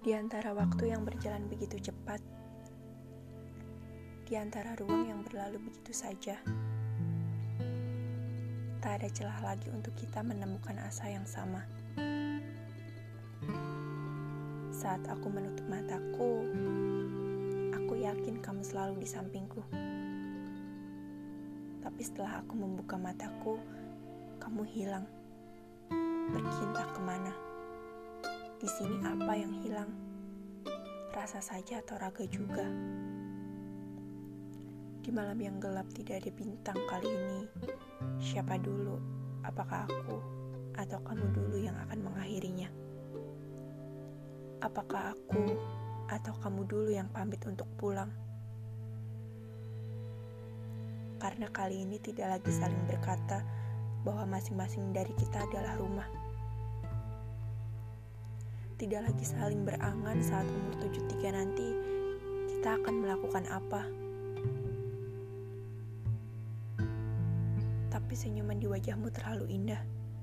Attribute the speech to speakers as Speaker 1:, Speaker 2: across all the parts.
Speaker 1: Di antara waktu yang berjalan begitu cepat, di antara ruang yang berlalu begitu saja, tak ada celah lagi untuk kita menemukan asa yang sama. Saat aku menutup mataku, aku yakin kamu selalu di sampingku. Tapi setelah aku membuka mataku, kamu hilang. Pergi entah kemana. Di sini apa yang hilang? Rasa saja atau raga juga? Di malam yang gelap tidak ada bintang kali ini. Siapa dulu? Apakah aku atau kamu dulu yang akan mengakhirinya? Apakah aku atau kamu dulu yang pamit untuk pulang? Karena kali ini tidak lagi saling berkata bahwa masing-masing dari kita adalah rumah. Tidak lagi saling berangan saat umur 73 nanti kita akan melakukan apa. Tapi senyuman di wajahmu terlalu indah.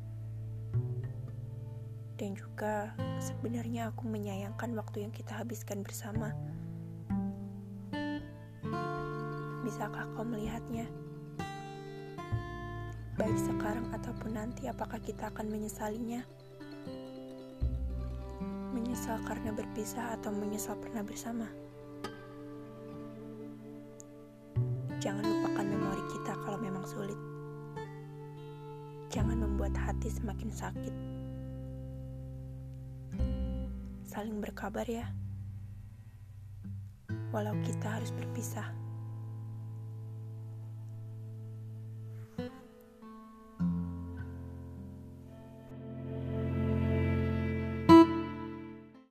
Speaker 1: Dan juga sebenarnya aku menyayangkan waktu yang kita habiskan bersama. Bisakah kau melihatnya? Baik sekarang ataupun nanti, apakah kita akan menyesalinya? Menyesal karena berpisah atau menyesal pernah bersama? Jangan lupakan memori kita kalau memang sulit. Jangan membuat hati semakin sakit. Saling berkabar ya, walau kita harus berpisah.